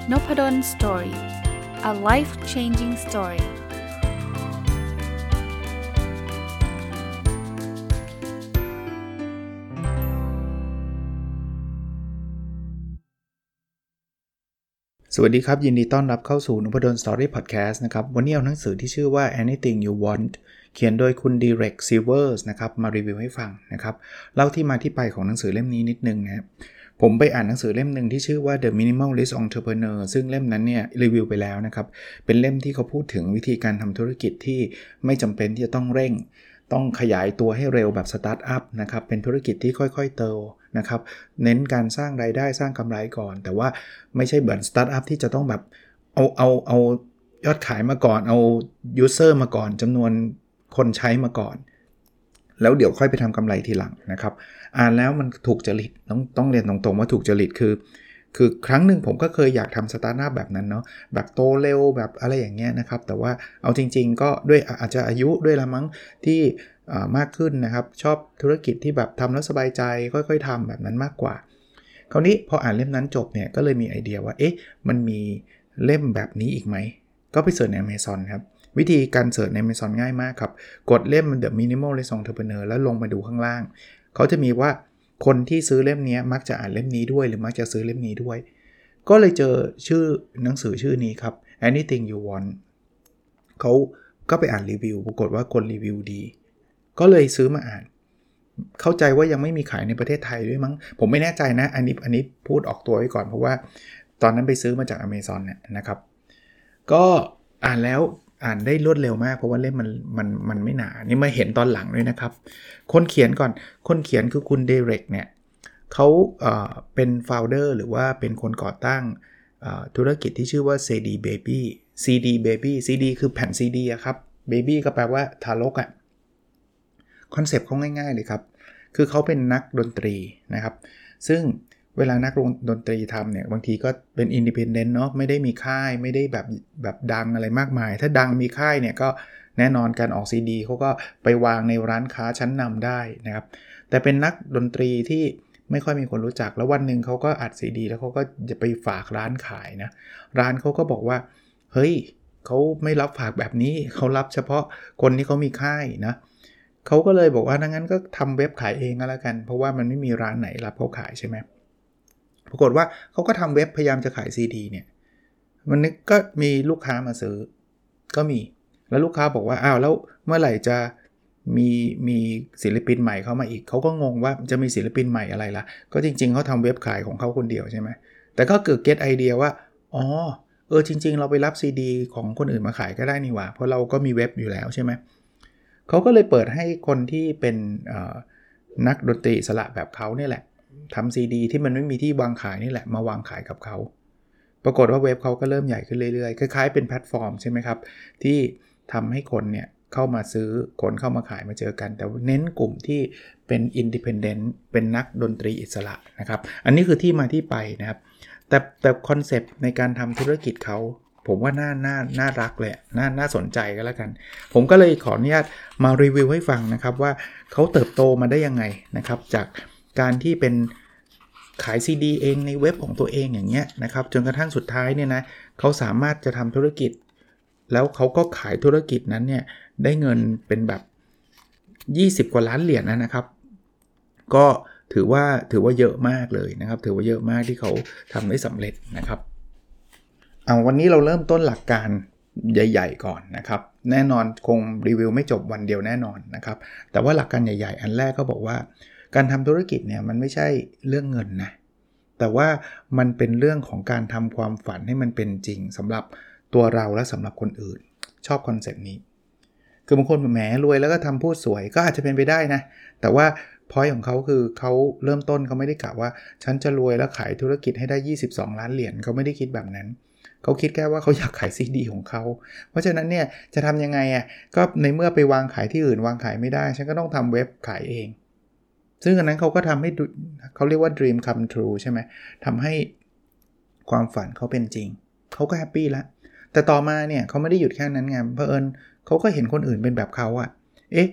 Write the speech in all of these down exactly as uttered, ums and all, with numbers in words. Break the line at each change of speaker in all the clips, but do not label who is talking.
Nopadon Story. A life-changing story.
สวัสดีครับยินดีต้อนรับเข้าสู่ Nopadon Story Podcast นะครับวันนี้เอาหนังสือที่ชื่อว่า Anything You Want เขียนโดยคุณ Derek Sivers นะครับมารีวิวให้ฟังนะครับเล่าที่มาที่ไปของหนังสือเล่มนี้นิดนึงนะครับผมไปอ่านหนังสือเล่มนึงที่ชื่อว่า The Minimalist Entrepreneur ซึ่งเล่มนั้นเนี่ยรีวิวไปแล้วนะครับเป็นเล่มที่เขาพูดถึงวิธีการทำธุรกิจที่ไม่จำเป็นที่จะต้องเร่งต้องขยายตัวให้เร็วแบบสตาร์ทอัพนะครับเป็นธุรกิจที่ค่อยๆโตนะครับเน้นการสร้างรายได้สร้างกำไรก่อนแต่ว่าไม่ใช่เหมือนสตาร์ทอัพที่จะต้องแบบเอาเอาเอายอดขายมาก่อนเอายูเซอร์มาก่อนจำนวนคนใช้มาก่อนแล้วเดี๋ยวค่อยไปทำกำไรทีหลังนะครับอ่านแล้วมันถูกจริตต้องต้องเรียนตรงๆว่าถูกจริตคือคือครั้งหนึ่งผมก็เคยอยากทำสตาร์ทอัพแบบนั้นเนาะแบบโตเร็วแบบอะไรอย่างเงี้ยนะครับแต่ว่าเอาจริงๆก็ด้วยอาจจะอายุด้วยละมั้งที่มากขึ้นนะครับชอบธุรกิจที่แบบทำแล้วสบายใจค่อยๆทำแบบนั้นมากกว่าคราวนี้พออ่านเล่มนั้นจบเนี่ยก็เลยมีไอเดียว่าเอ๊ะมันมีเล่มแบบนี้อีกไหมก็ไปเสิร์ชใน Amazon ครับวิธีการเสิร์ชใน Amazon ง่ายมากครับกดเล่ม The Minimalist Entrepreneur แล้วลงมาดูข้างล่างเขาจะมีว่าคนที่ซื้อเล่มนี้มักจะอ่านเล่มนี้ด้วยหรือมักจะซื้อเล่มนี้ด้วยก็เลยเจอชื่อหนังสือชื่อนี้ครับ Anything You Want เขาก็ไปอ่านรีวิวปรากฏว่าคนรีวิวดีก็เลยซื้อมาอ่านเข้าใจว่ายังไม่มีขายในประเทศไทยด้วยมั้งผมไม่แน่ใจนะอันนี้อันนี้พูดออกตัวไว้ก่อนเพราะว่าตอนนั้นไปซื้อมาจาก Amazon เนี่ยนะครับก็อ่านแล้วอ่านได้รวดเร็วมากเพราะว่าเล่มมันมันมันไม่หนานี่มาเห็นตอนหลังด้วยนะครับคนเขียนก่อนคนเขียนคือคุณเดเร็กเนี่ยเขาเอ่อเป็น founder หรือว่าเป็นคนก่อตั้งธุรกิจที่ชื่อว่า ซี ดี Baby ซี ดี Baby ซี ดี คือแผ่น ซี ดี อะครับ Baby ก็แปลว่าทารกอะคอนเซปต์เขาง่ายๆเลยครับคือเขาเป็นนักดนตรีนะครับซึ่งเวลานักดนตรีทำเนี่ยบางทีก็เป็นอินดิเพนเดนต์เนาะไม่ได้มีค่ายไม่ได้แบบแบบดังอะไรมากมายถ้าดังมีค่ายเนี่ยก็แน่นอนการออก ซี ดี เขาก็ไปวางในร้านค้าชั้นนำได้นะครับแต่เป็นนักดนตรีที่ไม่ค่อยมีคนรู้จักแล้ววันหนึ่งเขาก็อัด ซี ดี แล้วเขาก็จะไปฝากร้านขายนะร้านเขาก็บอกว่าเฮ้ยเขาไม่รับฝากแบบนี้เขารับเฉพาะคนที่เขามีค่ายนะเขาก็เลยบอกว่าดังนั้นก็ทำเว็บขายเองก็แล้วกันเพราะว่ามันไม่มีร้านไหนรับเขาขายใช่ไหมปรากฏว่าเขาก็ทำเว็บพยายามจะขาย ซี ดี เนี่ยมันก็มีลูกค้ามาซื้อก็มีแล้วลูกค้าบอกว่าอ้าวแล้วเมื่อไหร่จะมีมีศิลปินใหม่เข้ามาอีกเขาก็งงว่าจะมีศิลปินใหม่อะไรล่ะก็จริงๆเขาทำเว็บขายของเขาคนเดียวใช่ไหมแต่ก็เกิดเก็ตไอเดียว่าอ๋อเออจริงๆเราไปรับ ซี ดี ของคนอื่นมาขายก็ได้นี่หว่าเพราะเราก็มีเว็บอยู่แล้วใช่ไหมเขาก็เลยเปิดให้คนที่เป็นนักดนตรีอิสระแบบเขาเนี่ยแหละทำ ซี ดี ที่มันไม่มีที่วางขายนี่แหละมาวางขายกับเขาปรากฏว่าเว็บเขาก็เริ่มใหญ่ขึ้นเรื่อยๆคล้ายๆเป็นแพลตฟอร์มใช่ไหมครับที่ทำให้คนเนี่ยเข้ามาซื้อคนเข้ามาขายมาเจอกันแต่เน้นกลุ่มที่เป็นอินดิเพนเดนต์เป็นนักดนตรีอิสระนะครับอันนี้คือที่มาที่ไปนะครับแต่แต่คอนเซปต์ในการทำธุรกิจเขาผมว่าน่าน่าน่ารักเลยน่าน่าสนใจก็แล้วกันผมก็เลยขออนุญาตมารีวิวให้ฟังนะครับว่าเขาเติบโตมาได้ยังไงนะครับจากการที่เป็นขาย ซี ดี เองในเว็บของตัวเองอย่างเงี้ยนะครับจนกระทั่งสุดท้ายเนี่ยนะเขาสามารถจะทำธุรกิจแล้วเขาก็ขายธุรกิจนั้นเนี่ยได้เงินเป็นแบบยี่สิบกว่าล้านเหรียญนะครับก็ถือว่าถือว่าเยอะมากเลยนะครับถือว่าเยอะมากที่เขาทำได้สำเร็จนะครับเอาวันนี้เราเริ่มต้นหลักการใหญ่ๆก่อนนะครับแน่นอนคงรีวิวไม่จบวันเดียวแน่นอนนะครับแต่ว่าหลักการใหญ่ๆอันแรกก็บอกว่าการทำธุรกิจเนี่ยมันไม่ใช่เรื่องเงินนะแต่ว่ามันเป็นเรื่องของการทำความฝันให้มันเป็นจริงสำหรับตัวเราและสำหรับคนอื่นชอบคอนเซ็ปต์นี้คือบางคนแหมรวยแล้วก็ทำพูดสวยก็อาจจะเป็นไปได้นะแต่ว่าพอยต์ของเขาคือเขาเริ่มต้นเขาไม่ได้กะว่าฉันจะรวยแล้วขายธุรกิจให้ได้ยี่สิบสองล้านเหรียญเขาไม่ได้คิดแบบนั้นเขาคิดแค่ว่าเขาอยากขาย ซี ดี ของเขาเพราะฉะนั้นเนี่ยจะทำยังไงอ่ะก็ในเมื่อไปวางขายที่อื่นวางขายไม่ได้ฉันก็ต้องทำเว็บขายเองซึ่งอันนั้นเขาก็ทำให้เขาเรียกว่า dream come true ใช่ไหมทำให้ความฝันเขาเป็นจริงเขาก็แฮปปี้แล้วแต่ต่อมาเนี่ยเขาไม่ได้หยุดแค่นั้นไงเพราะเอิญเขาก็เห็นคนอื่นเป็นแบบเขาอ่ะเอ๊ะ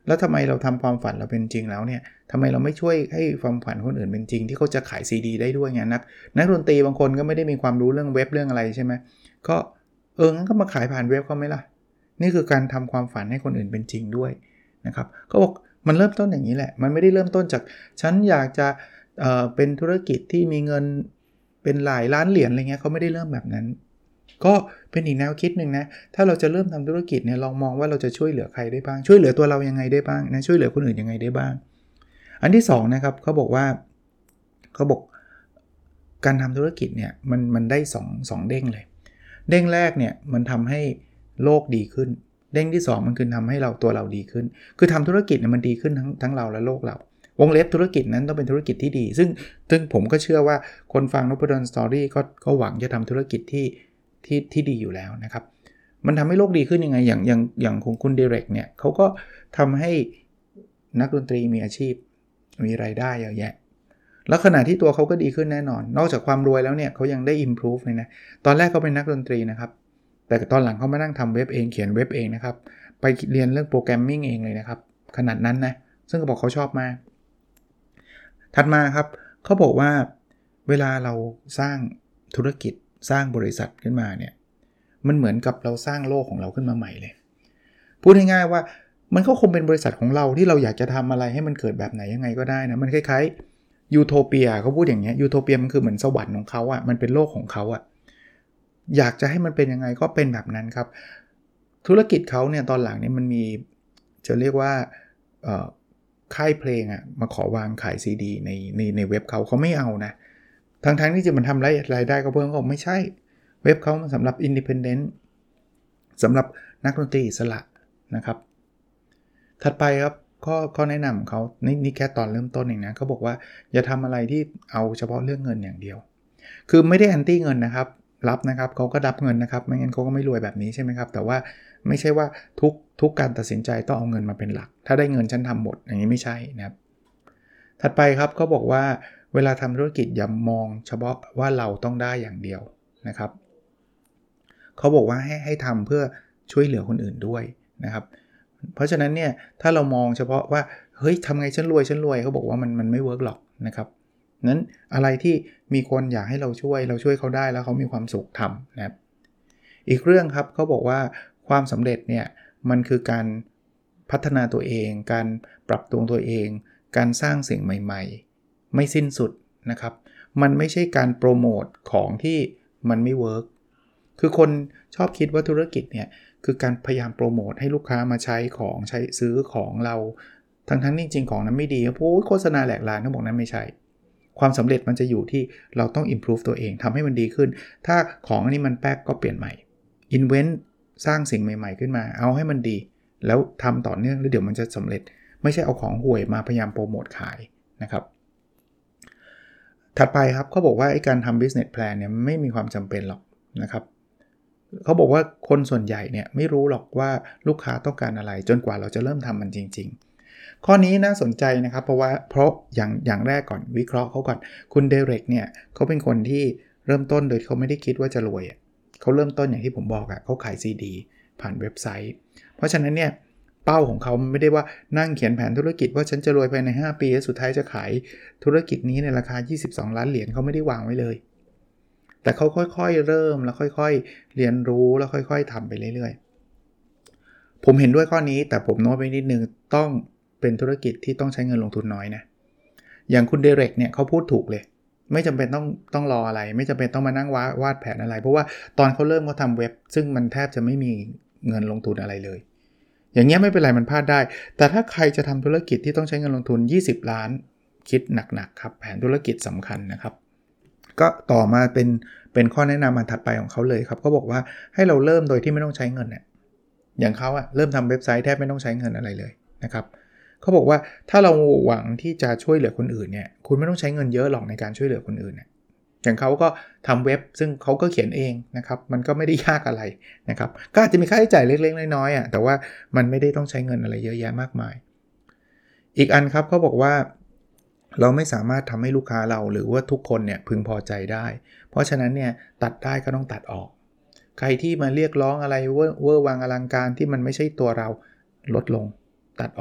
แล้วทำไมเราทำความฝันเราเป็นจริงแล้วเนี่ยทำไมเราไม่ช่วยให้ความฝันคนอื่นเป็นจริงที่เขาจะขายซีดีได้ด้วยไงนักนักดนตรีบางคนก็ไม่ได้มีความรู้เรื่องเว็บเรื่องอะไรใช่ไหมก็เอองั้นก็มาขายผ่านเว็บเขาไหมล่ะนี่คือการทำความฝันให้คนอื่นเป็นจริงด้วยนะครับก็บอกมันเริ่มต้นอย่างนี้แหละมันไม่ได้เริ่มต้นจากฉันอยากจะเอ่อเป็นธุรกิจที่มีเงินเป็นหลายล้านเหรียญอะไรเงี้ยเขาไม่ได้เริ่มแบบนั้นก็เป็นอีกแนวคิดนึงนะถ้าเราจะเริ่มทำธุรกิจเนี่ยลองมองว่าเราจะช่วยเหลือใครได้บ้างช่วยเหลือตัวเรายังไงได้บ้างนะช่วยเหลือคนอื่นยังไงได้บ้างอันที่สองนะครับเขาบอกว่าเขาบอกการทำธุรกิจเนี่ยมันมันได้สองสองเด้งเลยเด้งแรกเนี่ยมันทำให้โลกดีขึ้นเด้งที่สองมันคือทำให้เราตัวเราดีขึ้นคือทำธุรกิจเนี่ยมันดีขึ้นทั้งทั้งเราและโลกเราวงเล็บธุรกิจนั้นต้องเป็นธุรกิจที่ดีซึ่งซึ่งผมก็เชื่อว่าคนฟังนพดลสตอรี่ก็ก็หวังจะทำธุรกิจที่ที่ที่ดีอยู่แล้วนะครับมันทำให้โลกดีขึ้นยังไงอย่างอย่างอย่างของคุณ Direct เนี่ยเขาก็ทำให้นักดนตรีมีอาชีพมีรายได้เยอะแยะแล้วขณะที่ตัวเขาก็ดีขึ้นแน่นอนนอกจากความรวยแล้วเนี่ยเขายังได้ improve เลยนะตอนแรกเขาเป็นนักดนตรีนะครับแต่ตอนหลังเขามานั่งทำเว็บเองเขียนเว็บเองนะครับไปเรียนเรื่องโปรแกรมมิ่งเองเลยนะครับขนาดนั้นนะซึ่งเขาบอกเขาชอบมากถัดมาครับเขาบอกว่าเวลาเราสร้างธุรกิจสร้างบริษัทขึ้นมาเนี่ยมันเหมือนกับเราสร้างโลกของเราขึ้นมาใหม่เลยพูดง่ายๆว่ามันก็คงเป็นบริษัทของเราที่เราอยากจะทำอะไรให้มันเกิดแบบไหนยังไงก็ได้นะมันคล้ายๆยูโทเปียเขาพูดอย่างเงี้ยยูโทเปียมันคือเหมือนสวรรค์ของเขาอ่ะมันเป็นโลกของเขาอ่ะอยากจะให้มันเป็นยังไงก็เป็นแบบนั้นครับธุรกิจเขาเนี่ยตอนหลังเนี่ยมันมีจะเรียกว่าเอ่อค่ายเพลงอ่ะมาขอวางขายซีดีในในในเว็บเขาเขาไม่เอานะทั้งๆที่จะมันทำรายได้ก็เพิ่มก็ไม่ใช่เว็บเขามันสำหรับ independent สำหรับนักดนตรีอิสระนะครับถัดไปครับข้อข้อแนะนำของเขานี่นี่แค่ตอนเริ่มต้นเองนะเขาบอกว่าอย่าทำอะไรที่เอาเฉพาะเรื่องเงินอย่างเดียวคือไม่ได้แอนตี้เงินนะครับรับนะครับเขาก็รับเงินนะครับไม่งั้นเขาก็ไม่รวยแบบนี้ใช่ไหมครับแต่ว่าไม่ใช่ว่าทุกทุกการตัดสินใจต้องเอาเงินมาเป็นหลักถ้าได้เงินฉันทำหมดอย่างนี้ไม่ใช่นะครับถัดไปครับเขาบอกว่าเวลาทำธุรกิจอย่ามองเฉพาะว่าเราต้องได้อย่างเดียวนะครับเขาบอกว่าให้ให้ทำเพื่อช่วยเหลือคนอื่นด้วยนะครับเพราะฉะนั้นเนี่ยถ้าเรามองเฉพาะว่าเฮ้ยทำไงฉันรวยฉันรวยเขาบอกว่ามันมันไม่เวิร์กหรอกนะครับนั้นอะไรที่มีคนอยากให้เราช่วยเราช่วยเขาได้แล้วเขามีความสุขทำนะครับอีกเรื่องครับเขาบอกว่าความสำเร็จเนี่ยมันคือการพัฒนาตัวเองการปรับตัวตัวเองการสร้างสิ่งใหม่ๆไม่สิ้นสุดนะครับมันไม่ใช่การโปรโมทของที่มันไม่เวิร์กคือคนชอบคิดว่าธุรกิจเนี่ยคือการพยายามโปรโมทให้ลูกค้ามาใช้ของใช้ซื้อของเราทั้งๆจริงๆของนั้นไม่ดีเพราะโฆษณาแหลกลานเขาบอกนั้นไม่ใช่ความสำเร็จมันจะอยู่ที่เราต้อง improve ตัวเองทำให้มันดีขึ้นถ้าของอันนี้มันแป๊กก็เปลี่ยนใหม่ invent สร้างสิ่งใหม่ๆขึ้นมาเอาให้มันดีแล้วทำต่อเนื่องแล้วเดี๋ยวมันจะสำเร็จไม่ใช่เอาของห่วยมาพยายามโปรโมทขายนะครับถัดไปครับเขาบอกว่าไอ้การทำ business plan เนี่ยไม่มีความจำเป็นหรอกนะครับเขาบอกว่าคนส่วนใหญ่เนี่ยไม่รู้หรอกว่าลูกค้าต้องการอะไรจนกว่าเราจะเริ่มทำมันจริงๆข้อนี้น่าสนใจนะครับเพราะว่าเพราะอย่างอย่างแรกก่อนวิเคราะห์เขาก่อนคุณ Direct เนี่ยเขาเป็นคนที่เริ่มต้นโดยเขาไม่ได้คิดว่าจะรวยเขาเริ่มต้นอย่างที่ผมบอกอะเขาขายซีดีผ่านเว็บไซต์เพราะฉะนั้นเนี่ยเป้าของเขาไม่ได้ว่านั่งเขียนแผนธุรกิจว่าฉันจะรวยภายในห้าปีแล้วสุดท้ายจะขายธุรกิจนี้ในราคายี่สิบสองล้านเหรียญเขาไม่ได้วางไว้เลยแต่เขาค่อยๆเริ่มแล้วค่อยๆเรียนรู้แล้วค่อยๆทำไปเรื่อยๆผมเห็นด้วยข้อนี้แต่ผมโน้ตไว้นิดนึงต้องเป็นธุรกิจที่ต้องใช้เงินลงทุนน้อยนะอย่างคุณ Direct เนี่ยเขาพูดถูกเลยไม่จำเป็นต้องต้องรออะไรไม่จำเป็นต้องมานั่งวาวาดแผนอะไรเพราะว่าตอนเขาเริ่มเขาทำเว็บซึ่งมันแทบจะไม่มีเงินลงทุนอะไรเลยอย่างเงี้ยไม่เป็นไรมันพลาดได้แต่ถ้าใครจะทำธุรกิจที่ต้องใช้เงินลงทุนยี่สิบล้านคิดหนักๆครับแผนธุรกิจสำคัญนะครับก็ต่อมาเป็นเป็นข้อแนะนำอันถัดไปของเขาเลยครับเขาบอกว่าให้เราเริ่มโดยที่ไม่ต้องใช้เงินเนี่ยอย่างเขาอะเริ่มทำเว็บไซต์แทบไม่ต้องใช้เงินอะไรเลยนะครับเขาบอกว่าถ้าเราหวังที่จะช่วยเหลือคนอื่นเนี่ยคุณไม่ต้องใช้เงินเยอะหรอกในการช่วยเหลือคนอื่นเนี่ยอย่างเขาก็ทำเว็บซึ่งเขาก็เขียนเองนะครับมันก็ไม่ได้ยากอะไรนะครับก็อาจจะมีค่าใช้จ่ายเล็กๆน้อยๆอ่ะแต่ว่ามันไม่ได้ต้องใช้เงินอะไรเยอะแยะมากมายอีกอันครับเขาบอกว่าเราไม่สามารถทำให้ลูกค้าเราหรือว่าทุกคนเนี่ยพึงพอใจได้เพราะฉะนั้นเนี่ยตัดได้ก็ต้องตัดออกใครที่มาเรียกร้องอะไรเวอร์เวอร์วางอลังการที่มันไม่ใช่ตัวเราลดลงตัดออก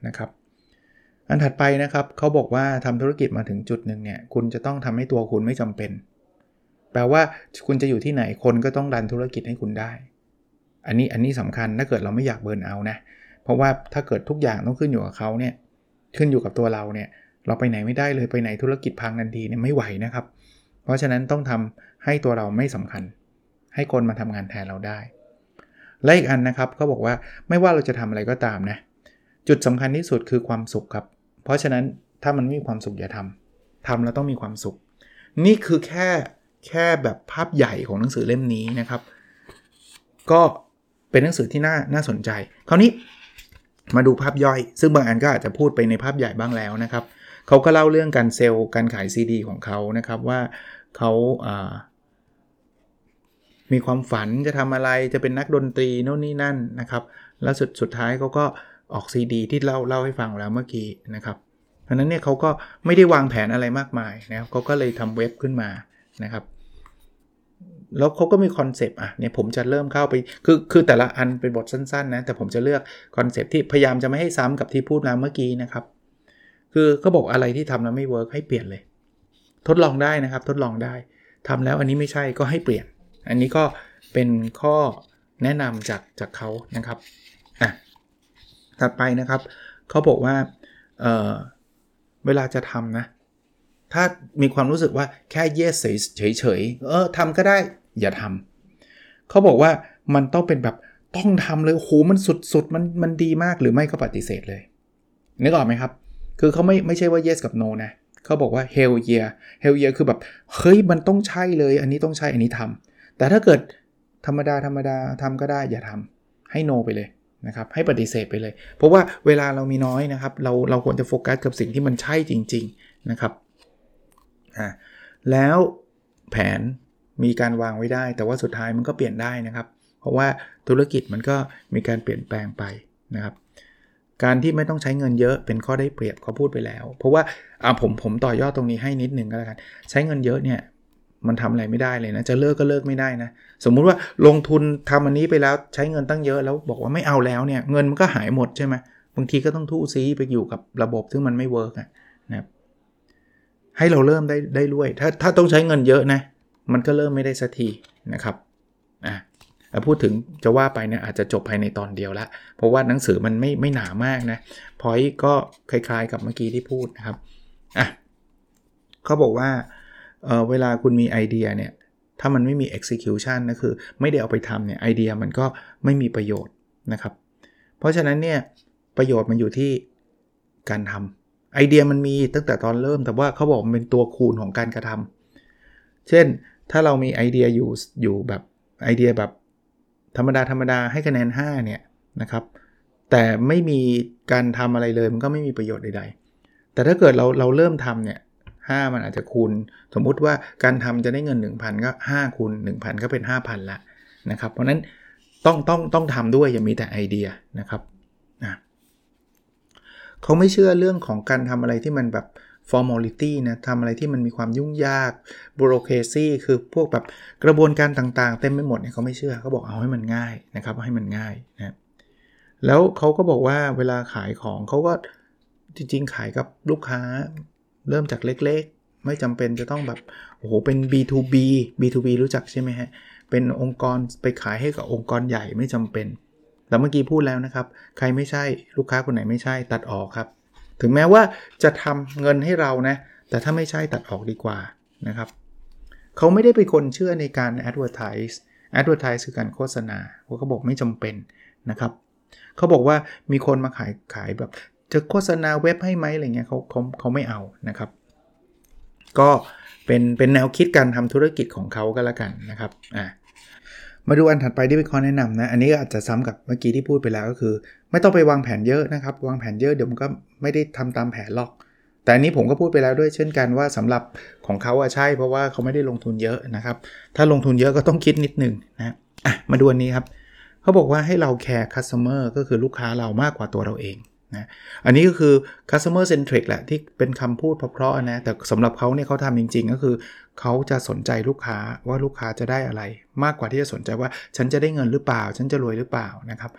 นะครับอันถัดไปนะครับเขาบอกว่าทำธุรกิจมาถึงจุดหนึ่งเนี่ยคุณจะต้องทำให้ตัวคุณไม่จำเป็นแปลว่าคุณจะอยู่ที่ไหนคนก็ต้องรันธุรกิจให้คุณได้อันนี้อันนี้สำคัญถ้าเกิดเราไม่อยากเบิร์นเอาท์นะเพราะว่าถ้าเกิดทุกอย่างต้องขึ้นอยู่กับเขาเนี่ยขึ้นอยู่กับตัวเราเนี่ยเราไปไหนไม่ได้เลยไปไหนธุรกิจพังทันทีเนี่ยไม่ไหวนะครับเพราะฉะนั้นต้องทำให้ตัวเราไม่สำคัญให้คนมาทำงานแทนเราได้และอีกอันนะครับเขาบอกว่าไม่ว่าเราจะทำอะไรก็ตามนะจุดสำคัญที่สุดคือความสุขครับเพราะฉะนั้นถ้ามันไม่มีความสุขอย่าทำทำแล้วต้องมีความสุขนี่คือแค่แค่แบบภาพใหญ่ของหนังสือเล่มนี้นะครับก็เป็นหนังสือที่น่าน่าสนใจคราวนี้มาดูภาพย่อยซึ่งบางอันก็อาจจะพูดไปในภาพใหญ่บ้างแล้วนะครับเขาก็เล่าเรื่องการเซลล์การขายซีดีของเขานะครับว่าเขาอ่ามีความฝันจะทำอะไรจะเป็นนักดนตรีโน่นนี่นั่นนะครับแล้วสุดสุดท้ายเขาก็ออกซีดีที่เล่าเล่าให้ฟังแล้วเมื่อกี้นะครับเพราะนั้นเนี่ยเขาก็ไม่ได้วางแผนอะไรมากมายนะครับเขาก็เลยทำเว็บขึ้นมานะครับแล้วเขาก็มีคอนเซปต์อ่ะเนี่ยผมจะเริ่มเข้าไปคือคือแต่ละอันเป็นบทสั้นๆนะแต่ผมจะเลือกคอนเซปต์ที่พยายามจะไม่ให้ซ้ำกับที่พูดมาเมื่อกี้นะครับคือก็บอกอะไรที่ทำแล้วไม่เวิร์คให้เปลี่ยนเลยทดลองได้นะครับทดลองได้ทำแล้วอันนี้ไม่ใช่ก็ให้เปลี่ยนอันนี้ก็เป็นข้อแนะนำจากจากเขานะครับอ่ะถัดไปนะครับเขาบอกว่าเอ่อเวลาจะทำนะถ้ามีความรู้สึกว่าแค่ yes เฉยๆเออทำก็ได้อย่าทำเขาบอกว่ามันต้องเป็นแบบต้องทำเลยโหมันสุดๆมันมันดีมากหรือไม่ก็ปฏิเสธเลยนึกออกไหมครับคือเขาไม่ไม่ใช่ว่า yes กับ no นะเขาบอกว่า hell yeah hell yeah คือแบบเฮ้ยมันต้องใช่เลยอันนี้ต้องใช่อันนี้ทำแต่ถ้าเกิดธรรมดาธรรมดาทำก็ได้อย่าทำให้ no ไปเลยนะครับให้ปฏิเสธไปเลยเพราะว่าเวลาเรามีน้อยนะครับเราเราควรจะโฟกัสกับสิ่งที่มันใช่จริงๆนะครับอ่าแล้วแผนมีการวางไว้ได้แต่ว่าสุดท้ายมันก็เปลี่ยนได้นะครับเพราะว่าธุรกิจมันก็มีการเปลี่ยนแปลงไปนะครับการที่ไม่ต้องใช้เงินเยอะเป็นข้อได้เปรียบเขาพูดไปแล้วเพราะว่าอ่าผมผมต่อยอดตรงนี้ให้นิดนึงก็แล้วกันใช้เงินเยอะเนี่ยมันทำอะไรไม่ได้เลยนะจะเลิกก็เลิกไม่ได้นะสมมุติว่าลงทุนทำอันนี้ไปแล้วใช้เงินตั้งเยอะแล้วบอกว่าไม่เอาแล้วเนี่ยเงินมันก็หายหมดใช่ไหมบางทีก็ต้องทู่ซีไปอยู่กับระบบซึ่งมันไม่เวิร์กนะครับให้เราเริ่มได้ได้ด้วยถ้าถ้าต้องใช้เงินเยอะนะมันก็เริ่มไม่ได้สักทีนะครับอ่ะแล้วพูดถึงจะว่าไปเนี่ยอาจจะจบภายในตอนเดียวละเพราะว่าหนังสือมันไม่ไม่หนามากนะพอยต์ก็คล้ายๆกับเมื่อกี้ที่พูดนะครับอ่ะเขาบอกว่าเอ่อเวลาคุณมีไอเดียเนี่ยถ้ามันไม่มี execution นะคือไม่ได้เอาไปทำเนี่ยไอเดียมันก็ไม่มีประโยชน์นะครับเพราะฉะนั้นเนี่ยประโยชน์มันอยู่ที่การทำไอเดียมันมีตั้งแต่ตอนเริ่มแต่ว่าเขาบอกมันเป็นตัวคูณของการกระทำเช่นถ้าเรามีไอเดียอยู่อยู่แบบไอเดียแบบธรรมดาธรรมดาให้คะแนนห้าเนี่ยนะครับแต่ไม่มีการทำอะไรเลยมันก็ไม่มีประโยชน์ใดๆแต่ถ้าเกิดเราเราเริ่มทำเนี่ยห้ามันอาจจะคูณสมมุติว่าการทำจะได้เงิน หนึ่งพัน ก็ห้าคูณ หนึ่งพัน ก็เป็น ห้าพัน ละนะครับเพราะนั้นต้องต้องต้องทำด้วยอย่ามีแต่ไอเดียนะครับนะเขาไม่เชื่อเรื่องของการทำอะไรที่มันแบบ formality นะทำอะไรที่มันมีความยุ่งยาก bureaucracy คือพวกแบบกระบวนการต่างๆเต็มไปหมดเนี่ยเขาไม่เชื่อเขาบอกเอาให้มันง่ายนะครับให้มันง่ายนะแล้วเขาก็บอกว่าเวลาขายของเขาก็จริงๆขายกับลูกค้าเริ่มจากเล็กๆไม่จำเป็นจะต้องแบบโอ้โหเป็น บี ทู บี บี ทู บี รู้จักใช่ไหมฮะเป็นองค์กรไปขายให้กับองค์กรใหญ่ไม่จำเป็นแต่เมื่อกี้พูดแล้วนะครับใครไม่ใช่ลูกค้าคนไหนไม่ใช่ตัดออกครับถึงแม้ว่าจะทำเงินให้เรานะแต่ถ้าไม่ใช่ตัดออกดีกว่านะครับเขาไม่ได้เป็นคนเชื่อในการ advertise advertise คือการโฆษณาเพราะเขาบอกไม่จำเป็นนะครับเขาบอกว่ามีคนมาขายขายแบบจะโฆษณาเว็บให้ไหมอะไรเงี้ยเขาเขาเขาไม่เอานะครับก็เป็นเป็นแนวคิดการทำธุรกิจของเขาก็แล้วกันนะครับอ่ะมาดูอันถัดไปที่เป็นข้อแนะนำนะอันนี้อาจจะซ้ำกับเมื่อกี้ที่พูดไปแล้วก็คือไม่ต้องไปวางแผนเยอะนะครับวางแผนเยอะเดี๋ยวมันก็ไม่ได้ทำตามแผนหรอกแต่อันนี้ผมก็พูดไปแล้วด้วยเช่นกันว่าสำหรับของเขาอะใช่เพราะว่าเขาไม่ได้ลงทุนเยอะนะครับถ้าลงทุนเยอะก็ต้องคิดนิดนึงนะอ่ะมาดูอันนี้ครับเขาบอกว่าให้เราแคร์ customer ก็คือลูกค้าเรามากกว่าตัวเราเองนะอันนี้ก็คือ customer centric แหละที่เป็นคำพูดเพราะๆนะแต่สำหรับเขาเนี่ยเขาทำจริงๆก็คือเขาจะสนใจลูกค้าว่าลูกค้าจะได้อะไรมากกว่าที่จะสนใจว่าฉันจะได้เงินหรือเปล่าฉันจะรวยหรือเปล่านะครับ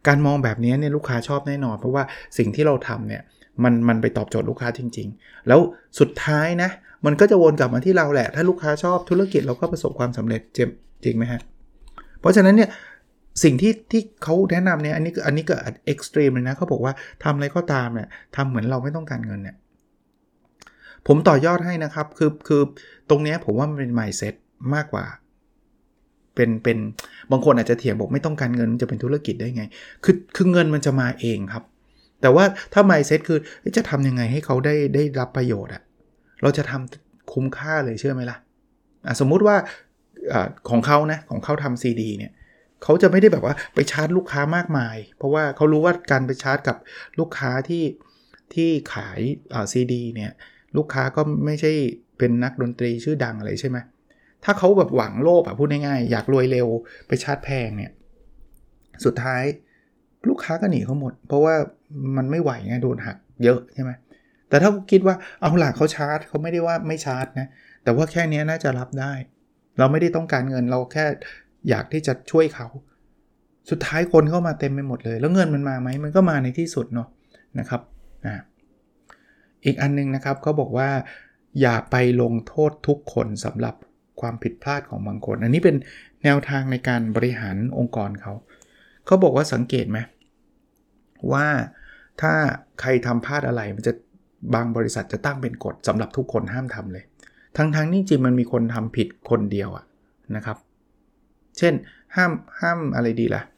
การมองแบบนี้เนี่ยลูกค้าชอบแน่นอนเพราะว่าสิ่งที่เราทำเนี่ยมันมันไปตอบโจทย์ลูกค้าจริงๆแล้วสุดท้ายนะมันก็จะวนกลับมาที่เราแหละถ้าลูกค้าชอบธุรกิจเราก็ประสบความสำเร็จจริงไหมฮะเพราะฉะนั้นเนี่ยสิ่งที่ที่เขาแนะนำเนี่ยอันนี้อันนี้ก็เอ็กซ์ตรีมเลยนะเขาบอกว่าทำอะไรก็ตามเนี่ยทำเหมือนเราไม่ต้องการเงินเนี่ยผมต่อยอดให้นะครับคือคือตรงนี้ผมว่ามันเป็น mindset มากกว่าเป็นเป็นบางคนอาจจะเถียงบอกไม่ต้องการเงินมันจะเป็นธุรกิจได้ไงคือคือเงินมันจะมาเองครับแต่ว่าถ้า mindset คือจะทำยังไงให้เขาได้ได้รับประโยชน์อะเราจะทำคุ้มค่าเลยเชื่อไหมล่ะอ่ะสมมุติว่าอ่าของเขานะของเขาทำ ซี ดี เนี่ยเขาจะไม่ได้แบบว่าไปชาร์จลูกค้ามากมายเพราะว่าเขารู้ว่าการไปชาร์จกับลูกค้าที่ที่ขายอ่า ซี ดี เนี่ยลูกค้าก็ไม่ใช่เป็นนักดนตรีชื่อดังอะไรใช่ไหมถ้าเขาแบบหวังโลภอ่ะพูดง่ายๆอยากรวยเร็วไปชาร์จแพงเนี่ยสุดท้ายลูกค้าก็หนีเขาหมดเพราะว่ามันไม่ไหวไงโดนหักเยอะใช่ไหมแต่ถ้าคิดว่าเอาล่ะเขาชาร์จเขาไม่ได้ว่าไม่ชาร์จนะแต่ว่าแค่นี้น่าจะรับได้เราไม่ได้ต้องการเงินเราแค่อยากที่จะช่วยเขาสุดท้ายคนเข้ามาเต็มไปหมดเลยแล้วเงินมันมาไหมมันก็มาในที่สุดเนาะนะครับอ่าอีกอันนึงนะครับเขาบอกว่าอย่าไปลงโทษทุกคนสำหรับความผิดพลาดของบางคนอันนี้เป็นแนวทางในการบริหารองค์กรเขาเขาบอกว่าสังเกตไหมว่าถ้าใครทำพลาดอะไรมันจะบางบริษัทจะตั้งเป็นกฎสำหรับทุกคนห้ามทำเลยทั้งๆนี่จริงมันมีคนทำผิดคนเดียวอะนะครับเช่นห้ามห้ามอะไรดีล่ะ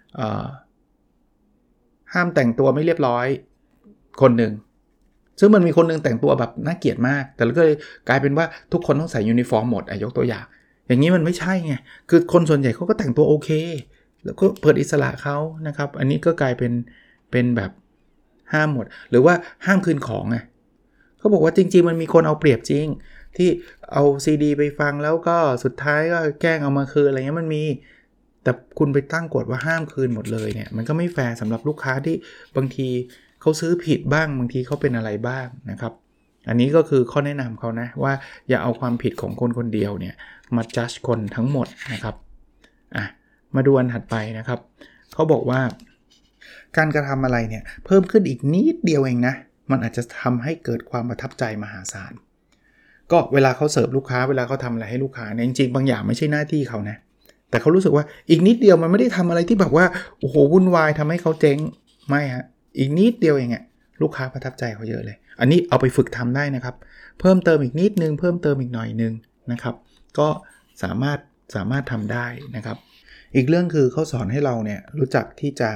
ห้ามแต่งตัวไม่เรียบร้อยคนหนึ่งซึ่งมันมีคนนึงแต่งตัวแบบน่าเกลียดมากแต่ก็เลยกลายเป็นว่าทุกคนต้องใส่ยูนิฟอร์มหมดอ่ะยกตัวอย่างอย่างนี้มันไม่ใช่ไงคือคนส่วนใหญ่เขาก็แต่งตัวโอเคแล้วก็เปิดอิสระเขานะครับอันนี้ก็กลายเป็นเป็นแบบห้ามหมดหรือว่าห้ามคืนของไงเขาบอกว่าจริงๆมันมีคนเอาเปรียบจริงที่เอาซีดีไปฟังแล้วก็สุดท้ายก็แกล้งเอามาคืนอะไรเงี้ยมันมีแต่คุณไปตั้งกฎว่าห้ามคืนหมดเลยเนี่ยมันก็ไม่แฟร์สำหรับลูกค้าที่บางทีเขาซื้อผิดบ้างบางทีเขาเป็นอะไรบ้างนะครับอันนี้ก็คือข้อแนะนำเขานะว่าอย่าเอาความผิดของคนคนเดียวเนี่ยมาจัดคนทั้งหมดนะครับอ่ะมาดูอันถัดไปนะครับเขาบอกว่าการกระทำอะไรเนี่ยเพิ่มขึ้นอีกนิดเดียวเองนะมันอาจจะทำให้เกิดความประทับใจมหาศาลก็เวลาเขาเสิร์ฟลูกค้าเวลาเขาทำอะไรให้ลูกค้าเนี่ยจริงๆบางอย่างไม่ใช่หน้าที่เขานะแต่เขารู้สึกว่าอีกนิดเดียวมันไม่ได้ทำอะไรที่แบบว่าโอ้โหวุ่นวายทำให้เขาเจ๊งไม่ฮะอีกนิดเดียวเองอะลูกค้าประทับใจเขาเยอะเลยอันนี้เอาไปฝึกทำได้นะครับเพิ่มเติมอีกนิดนึงเพิ่มเติมอีกหน่อยนึงนะครับก็สามารถสามารถทำได้นะครับอีกเรื่องคือเขาสอนให้เราเนี่ยรู้จักที่จะ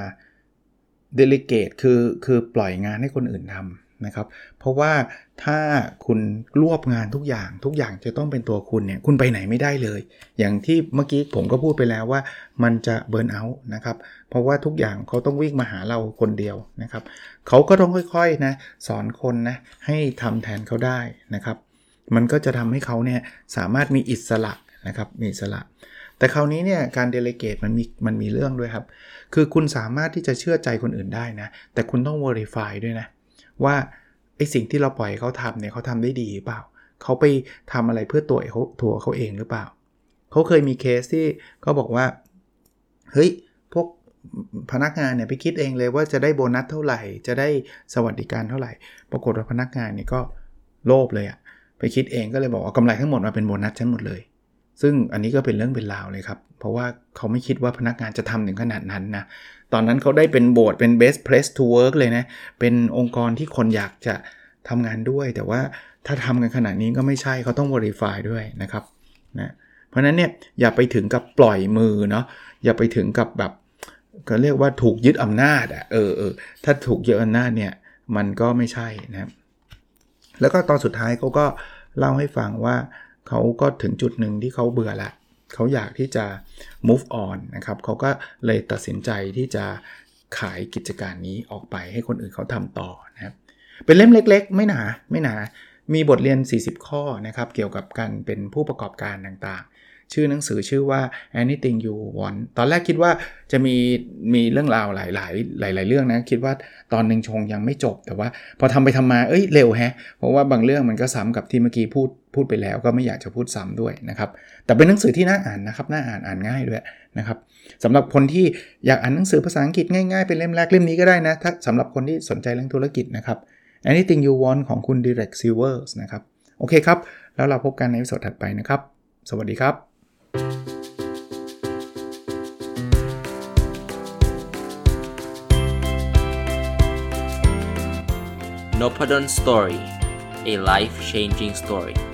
delegate คือคือปล่อยงานให้คนอื่นทำนะครับเพราะว่าถ้าคุณรวบงานทุกอย่างทุกอย่างจะต้องเป็นตัวคุณเนี่ยคุณไปไหนไม่ได้เลยอย่างที่เมื่อกี้ผมก็พูดไปแล้วว่ามันจะเบิร์นเอาท์นะครับเพราะว่าทุกอย่างเขาต้องวิ่งมาหาเราคนเดียวนะครับเขาก็ต้องค่อยๆนะสอนคนนะให้ทำแทนเขาได้นะครับมันก็จะทำให้เขาเนี่ยสามารถมีอิสระนะครับมีอิสระแต่คราวนี้เนี่ยการเดลิเกตมันมีมันมีเรื่องด้วยครับคือคุณสามารถที่จะเชื่อใจคนอื่นได้นะแต่คุณต้อง verify ด้วยนะว่าไอ้สิ่งที่เราปล่อยเขาทำเนี่ยเขาทำได้ดีหรือเปล่าเขาไปทำอะไรเพื่อตัวเขาตัวเขาเองหรือเปล่าเขาเคยมีเคสที่เขาบอกว่าเฮ้ยพวกพนักงานเนี่ยไปคิดเองเลยว่าจะได้โบนัสเท่าไหร่จะได้สวัสดิการเท่าไหร่ปรากฏว่าพนักงานเนี่ยก็โลภเลยอะไปคิดเองก็เลยบอกว่ากำไรทั้งหมดมาเป็นโบนัสฉันหมดเลยซึ่งอันนี้ก็เป็นเรื่องเป็นราวเลยครับเพราะว่าเขาไม่คิดว่าพนักงานจะทำถึงขนาดนั้นนะตอนนั้นเขาได้เป็นโบสเป็น best place to work เลยนะเป็นองค์กรที่คนอยากจะทำงานด้วยแต่ว่าถ้าทำกันขนาดนี้ก็ไม่ใช่เขาต้อง verify ด้วยนะครับนะเพราะนั้นเนี่ยอย่าไปถึงกับปล่อยมือเนาะอย่าไปถึงกับแบบก็เรียกว่าถูกยึดอำนาจอ่ะเออเออถ้าถูกยึดอำนาจเนี่ยมันก็ไม่ใช่นะครับแล้วก็ตอนสุดท้ายเขาก็เล่าให้ฟังว่าเขาก็ถึงจุดหนึ่งที่เขาเบื่อละเขาอยากที่จะ move on นะครับเขาก็เลยตัดสินใจที่จะขายกิจการนี้ออกไปให้คนอื่นเขาทำต่อนะครับเป็นเล่มเล็กๆไม่หนาไม่หนามีบทเรียนสี่สิบข้อนะครับเกี่ยวกับการเป็นผู้ประกอบการต่างชื่อหนังสือชื่อว่า Anything You Want ตอนแรกคิดว่าจะมีมีเรื่องราวหลายๆหลายๆเรื่องนะคิดว่าตอนนึงชงยังไม่จบแต่ว่าพอทำไปทำมาเอ้ยเร็วแฮะเพราะว่าบางเรื่องมันก็ซ้ำกับที่เมื่อกี้พูดพูดไปแล้วก็ไม่อยากจะพูดซ้ำด้วยนะครับแต่เป็นหนังสือที่น่าอ่านนะครับน่าอ่านอ่านง่ายด้วยนะครับสำหรับคนที่อยากอ่านหนังสือภาษาอังกฤษง่ายๆเป็นเล่มแรกเล่มนี้ก็ได้นะถ้าสำหรับคนที่สนใจเรื่องธุรกิจนะครับ Anything You Want ของคุณ Derek Sivers นะครับโอเคครับแล้วเราพบกันในวิดีโอถัดไปนะครับสวัสดีครับ
Nopadon Story, a life-changing story.